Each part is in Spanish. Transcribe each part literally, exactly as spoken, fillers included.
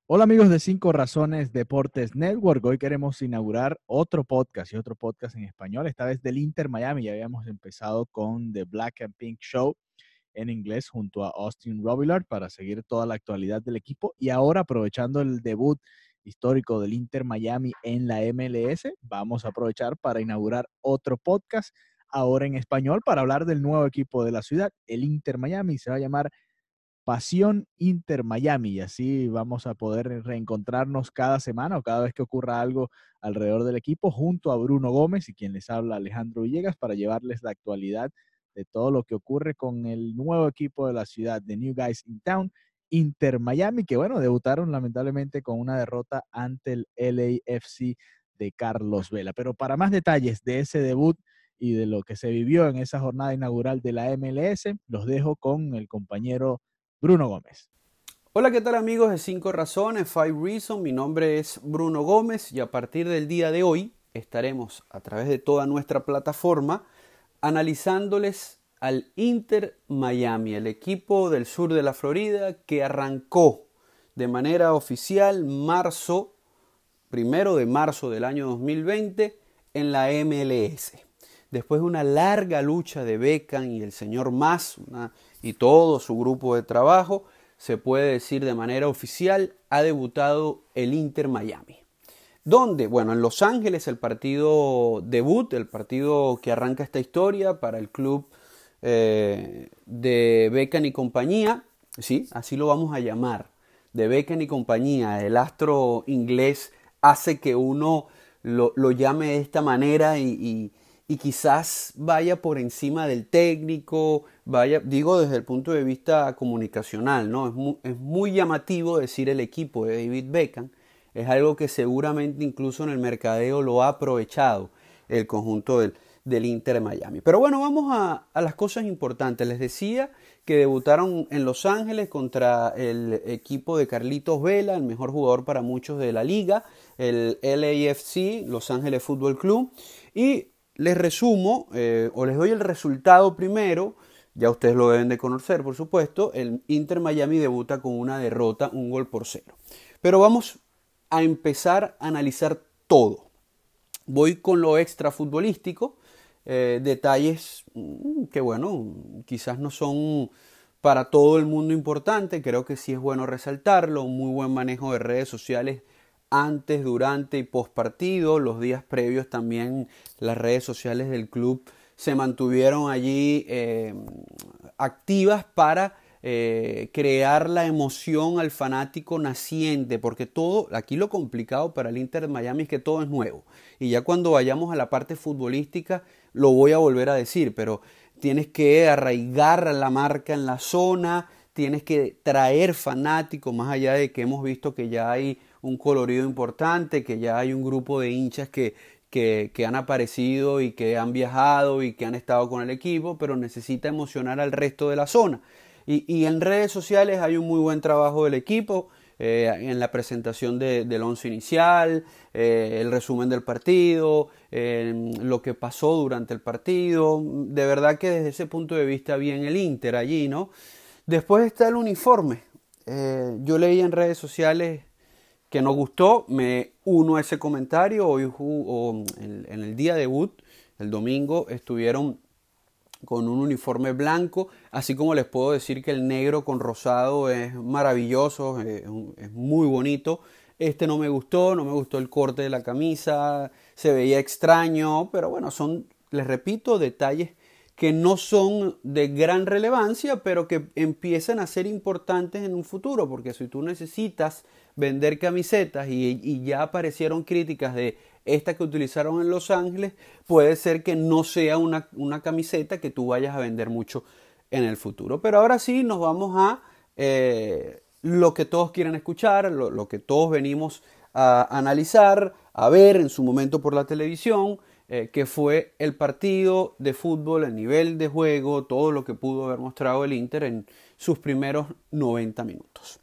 Hola amigos de Cinco Razones Deportes Network. Hoy queremos inaugurar otro podcast y otro podcast en español, esta vez del Inter Miami. Ya habíamos empezado con The Black and Pink Show en inglés junto a Austin Robillard para seguir toda la actualidad del equipo. Y ahora, aprovechando el debut histórico del Inter Miami en la M L S, vamos a aprovechar para inaugurar otro podcast ahora en español para hablar del nuevo equipo de la ciudad, el Inter Miami. Se va a llamar Pasión Inter Miami, y así vamos a poder reencontrarnos cada semana o cada vez que ocurra algo alrededor del equipo junto a Bruno Gómez y quien les habla, Alejandro Villegas, para llevarles la actualidad de todo lo que ocurre con el nuevo equipo de la ciudad, de New Guys in Town, Inter Miami, que bueno, debutaron lamentablemente con una derrota ante el L A F C de Carlos Vela. Pero para más detalles de ese debut y de lo que se vivió en esa jornada inaugural de la M L S, los dejo con el compañero Bruno Gómez. Hola, ¿qué tal amigos de Cinco Razones, Five Reasons? Mi nombre es Bruno Gómez y a partir del día de hoy estaremos a través de toda nuestra plataforma analizándoles al Inter Miami, el equipo del sur de la Florida que arrancó de manera oficial marzo, primero de marzo del año dos mil veinte en la M L S. Después de una larga lucha de Beckham y el señor Mas una, y todo su grupo de trabajo, se puede decir de manera oficial, ha debutado el Inter Miami. ¿Dónde? Bueno, en Los Ángeles, el partido debut, el partido que arranca esta historia para el club eh, de Beckham y compañía, sí, así lo vamos a llamar, de Beckham y compañía. El astro inglés hace que uno lo, lo llame de esta manera y, y y quizás vaya por encima del técnico, vaya, digo desde el punto de vista comunicacional, ¿no? Es muy, es muy llamativo decir el equipo de David Beckham, es algo que seguramente incluso en el mercadeo lo ha aprovechado el conjunto del, del Inter Miami. Pero bueno, vamos a, a las cosas importantes. Les decía que debutaron en Los Ángeles contra el equipo de Carlitos Vela, el mejor jugador para muchos de la liga, el L A F C, Los Ángeles Fútbol Club, y les resumo, eh, o les doy el resultado primero, ya ustedes lo deben de conocer, por supuesto, el Inter Miami debuta con una derrota, un gol por cero. Pero vamos a empezar a analizar todo. Voy con lo extra futbolístico, eh, detalles mmm, que bueno, quizás no son para todo el mundo importante, creo que sí es bueno resaltarlo, un muy buen manejo de redes sociales antes, durante y post partido. Los días previos también las redes sociales del club se mantuvieron allí eh, activas para eh, crear la emoción al fanático naciente, porque todo, aquí lo complicado para el Inter de Miami es que todo es nuevo, y ya cuando vayamos a la parte futbolística lo voy a volver a decir, pero tienes que arraigar la marca en la zona, tienes que traer fanáticos, más allá de que hemos visto que ya hay un colorido importante, que ya hay un grupo de hinchas que, que, que han aparecido y que han viajado y que han estado con el equipo, pero necesita emocionar al resto de la zona. Y, y en redes sociales hay un muy buen trabajo del equipo, eh, en la presentación de, del once inicial, eh, el resumen del partido, eh, lo que pasó durante el partido. De verdad que desde ese punto de vista bien el Inter allí, ¿no? Después está el uniforme. Eh, yo leí en redes sociales que no gustó, me uno a ese comentario. Hoy o en, en el día debut, el domingo, estuvieron con un uniforme blanco, así como les puedo decir que el negro con rosado es maravilloso, es, es muy bonito. Este no me gustó, no me gustó el corte de la camisa, se veía extraño, pero bueno, son, les repito, detalles que no son de gran relevancia, pero que empiezan a ser importantes en un futuro, porque si tú necesitas vender camisetas y, y ya aparecieron críticas de esta que utilizaron en Los Ángeles, puede ser que no sea una, una camiseta que tú vayas a vender mucho en el futuro. Pero ahora sí nos vamos a eh, lo que todos quieren escuchar, lo, lo que todos venimos a analizar, a ver en su momento por la televisión, eh, que fue el partido de fútbol, el nivel de juego, todo lo que pudo haber mostrado el Inter en sus primeros noventa minutos.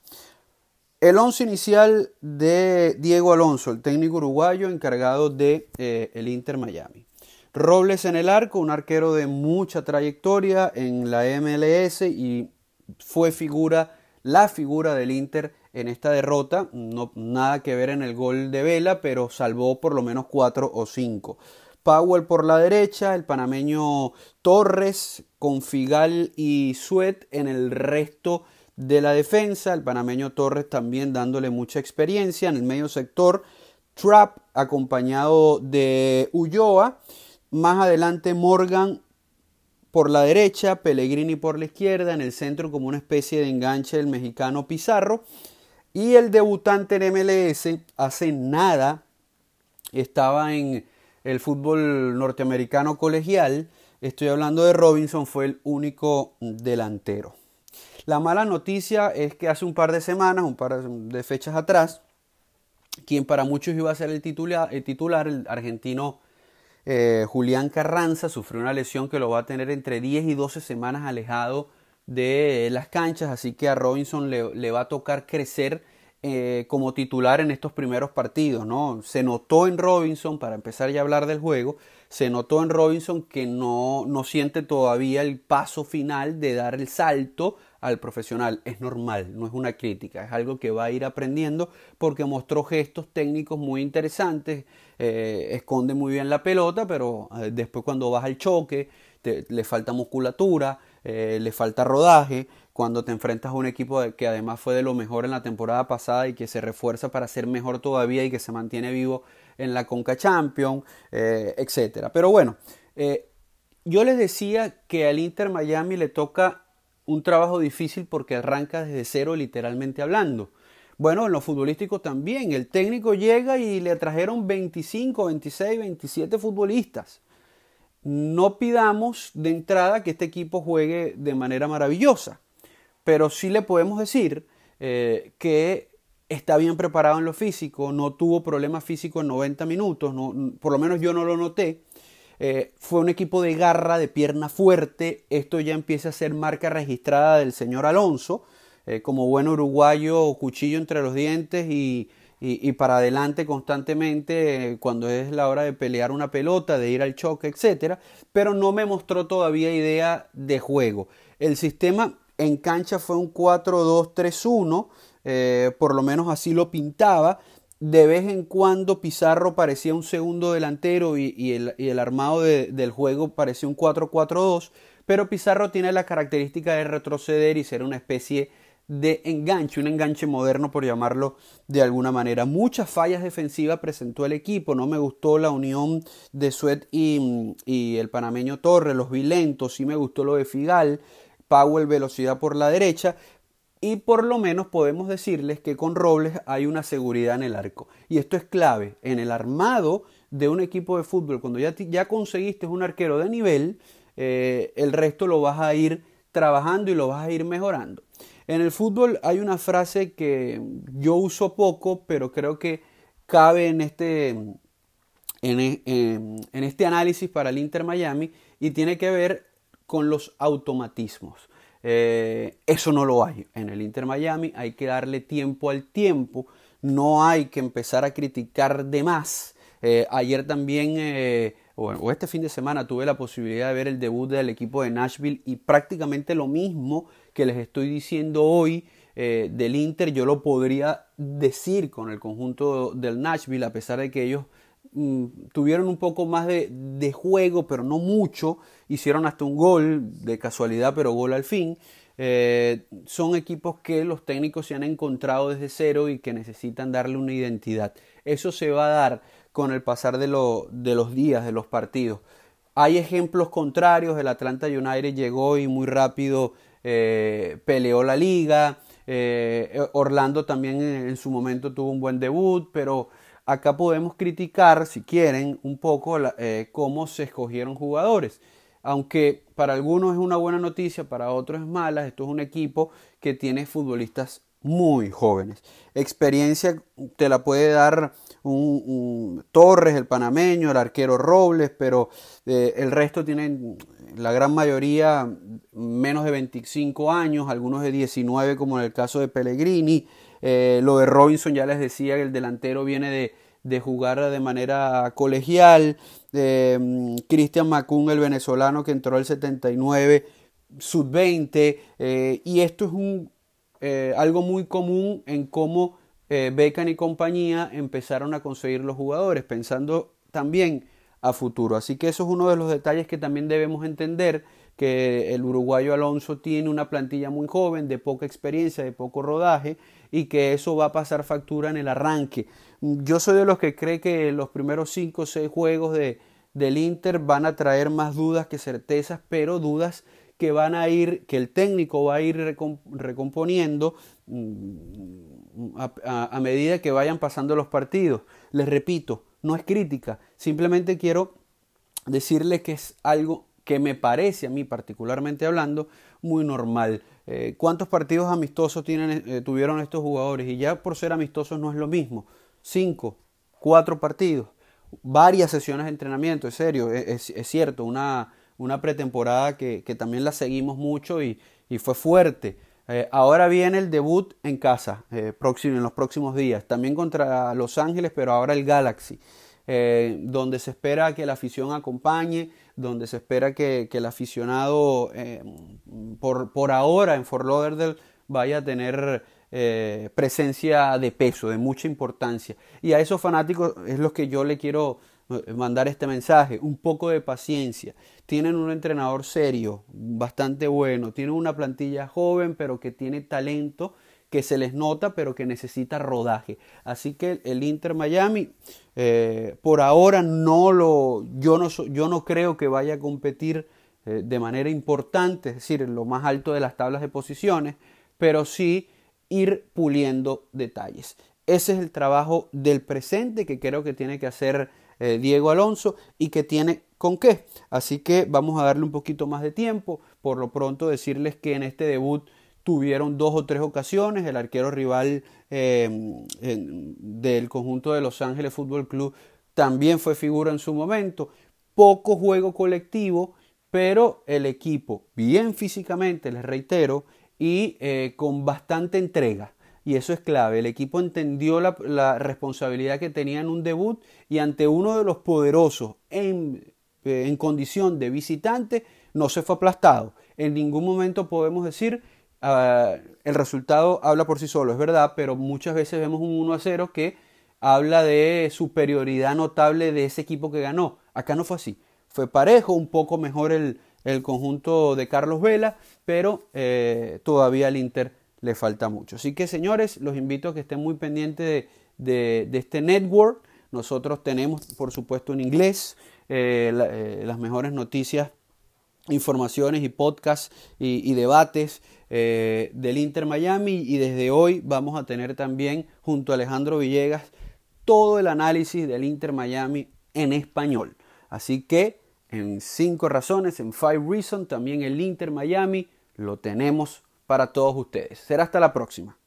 El once inicial de Diego Alonso, el técnico uruguayo encargado de eh, el Inter Miami. Robles en el arco, un arquero de mucha trayectoria en la M L S y fue figura, la figura del Inter en esta derrota, no, nada que ver en el gol de Vela, pero salvó por lo menos cuatro o cinco. Powell por la derecha, el panameño Torres con Figal y Suet en el resto de la defensa, el panameño Torres también dándole mucha experiencia. En el medio sector, Trapp acompañado de Ulloa, más adelante Morgan por la derecha, Pellegrini por la izquierda, en el centro como una especie de enganche del mexicano Pizarro, y el debutante en M L S hace nada estaba en el fútbol norteamericano colegial, estoy hablando de Robinson, fue el único delantero. La mala noticia es que hace un par de semanas, un par de fechas atrás, quien para muchos iba a ser el titular, el, titular, el argentino eh, Julián Carranza, sufrió una lesión que lo va a tener entre diez y doce semanas alejado de las canchas, así que a Robinson le, le va a tocar crecer eh, como titular en estos primeros partidos, ¿no? Se notó en Robinson, para empezar ya a hablar del juego, se notó en Robinson que no, no siente todavía el paso final de dar el salto al profesional. Es normal, no es una crítica, es algo que va a ir aprendiendo porque mostró gestos técnicos muy interesantes, eh, esconde muy bien la pelota, pero eh, después cuando vas al choque te, le falta musculatura, eh, le falta rodaje. Cuando te enfrentas a un equipo que además fue de lo mejor en la temporada pasada y que se refuerza para ser mejor todavía y que se mantiene vivo en la Conca Champions, eh, etcétera. Pero bueno, eh, yo les decía que al Inter Miami le toca un trabajo difícil porque arranca desde cero literalmente hablando. Bueno, en lo futbolístico también. El técnico llega y le trajeron veinticinco, veintiséis, veintisiete futbolistas. No pidamos de entrada que este equipo juegue de manera maravillosa, pero sí le podemos decir eh, que está bien preparado en lo físico, no tuvo problemas físicos en noventa minutos, no, por lo menos yo no lo noté. Eh, fue un equipo de garra, de pierna fuerte. Esto ya empieza a ser marca registrada del señor Alonso, eh, como buen uruguayo, cuchillo entre los dientes y, y, y para adelante constantemente eh, cuando es la hora de pelear una pelota, de ir al choque, etcétera. Pero no me mostró todavía idea de juego. El sistema en cancha fue un cuatro dos tres uno, eh, por lo menos así lo pintaba. De vez en cuando Pizarro parecía un segundo delantero y, y, el, y el armado de, del juego parecía un cuatro cuatro dos, pero Pizarro tiene la característica de retroceder y ser una especie de enganche, un enganche moderno por llamarlo de alguna manera. Muchas fallas defensivas presentó el equipo, no me gustó la unión de Suet y, y el panameño Torres, los vi lentos, sí me gustó lo de Figal, Powell velocidad por la derecha. Y por lo menos podemos decirles que con Robles hay una seguridad en el arco. Y esto es clave. En el armado de un equipo de fútbol, cuando ya, ya conseguiste un arquero de nivel, eh, el resto lo vas a ir trabajando y lo vas a ir mejorando. En el fútbol hay una frase que yo uso poco, pero creo que cabe en este, en, en, en este análisis para el Inter Miami y tiene que ver con los automatismos. Eh, eso no lo hay en el Inter Miami, hay que darle tiempo al tiempo, no hay que empezar a criticar de más. Eh, ayer también, eh, o, o este fin de semana, tuve la posibilidad de ver el debut del equipo de Nashville y prácticamente lo mismo que les estoy diciendo hoy eh, del Inter, yo lo podría decir con el conjunto del Nashville, a pesar de que ellos tuvieron un poco más de, de juego, pero no mucho, hicieron hasta un gol de casualidad, pero gol al fin. Eh, son equipos que los técnicos se han encontrado desde cero y que necesitan darle una identidad. Eso se va a dar con el pasar de, lo, de los días, de los partidos. Hay ejemplos contrarios, el Atlanta United llegó y muy rápido eh, peleó la liga, eh, Orlando también en, en su momento tuvo un buen debut, pero acá podemos criticar, si quieren, un poco la, eh, cómo se escogieron jugadores. Aunque para algunos es una buena noticia, para otros es mala. Esto es un equipo que tiene futbolistas muy jóvenes. Experiencia te la puede dar un, un Torres, el panameño, el arquero Robles, pero eh, el resto tienen, la gran mayoría, menos de veinticinco años, algunos de diecinueve, como en el caso de Pellegrini. Eh, lo de Robinson, ya les decía que el delantero viene de, de jugar de manera colegial. Eh, Cristian Macún, el venezolano que entró el setenta y nueve, sub veinte. Eh, y esto es un eh, algo muy común en cómo eh, Beckham y compañía empezaron a conseguir los jugadores, pensando también a futuro. Así que eso es uno de los detalles que también debemos entender, que el uruguayo Alonso tiene una plantilla muy joven, de poca experiencia, de poco rodaje, y que eso va a pasar factura en el arranque. Yo soy de los que cree que los primeros cinco o seis juegos de, del Inter van a traer más dudas que certezas, pero dudas que van a ir, que el técnico va a ir recomponiendo a, a, a medida que vayan pasando los partidos. Les repito, no es crítica, simplemente quiero decirles que es algo que me parece a mí, particularmente hablando, muy normal. Eh, ¿Cuántos partidos amistosos tienen, eh, tuvieron estos jugadores? Y ya por ser amistosos no es lo mismo. Cinco, cuatro partidos, varias sesiones de entrenamiento, en serio, es, es cierto, una, una pretemporada que, que también la seguimos mucho y, y fue fuerte. Eh, ahora viene el debut en casa, eh, próximo, en los próximos días, también contra Los Ángeles, pero ahora el Galaxy. Eh, donde se espera que la afición acompañe, donde se espera que, que el aficionado eh, por, por ahora en Fort Lauderdale vaya a tener eh, presencia de peso, de mucha importancia. Y a esos fanáticos es lo que yo le quiero mandar este mensaje, un poco de paciencia. Tienen un entrenador serio, bastante bueno, tienen una plantilla joven pero que tiene talento, que se les nota pero que necesita rodaje. Así que el Inter Miami eh, por ahora no lo, yo no, yo no creo que vaya a competir eh, de manera importante, es decir, en lo más alto de las tablas de posiciones, pero sí ir puliendo detalles. Ese es el trabajo del presente que creo que tiene que hacer eh, Diego Alonso y que tiene con qué. Así que vamos a darle un poquito más de tiempo. Por lo pronto decirles que en este debut tuvieron dos o tres ocasiones. El arquero rival eh, en, del conjunto de Los Ángeles Fútbol Club también fue figura en su momento. Poco juego colectivo, pero el equipo bien físicamente, les reitero, y eh, con bastante entrega. Y eso es clave. El equipo entendió la, la responsabilidad que tenía en un debut y ante uno de los poderosos en, eh, en condición de visitante no se fue aplastado. En ningún momento podemos decir Uh, el resultado habla por sí solo, es verdad, pero muchas veces vemos un uno a cero que habla de superioridad notable de ese equipo que ganó. Acá no fue así, fue parejo, un poco mejor el, el conjunto de Carlos Vela, pero eh, todavía al Inter le falta mucho. Así que, señores, los invito a que estén muy pendientes de, de, de este network. Nosotros tenemos, por supuesto, en inglés eh, la, eh, las mejores noticias, informaciones y podcasts y, y debates eh, del Inter Miami, y desde hoy vamos a tener también junto a Alejandro Villegas todo el análisis del Inter Miami en español. Así que en cinco razones, en Five Reasons, también el Inter Miami lo tenemos para todos ustedes. Será hasta la próxima.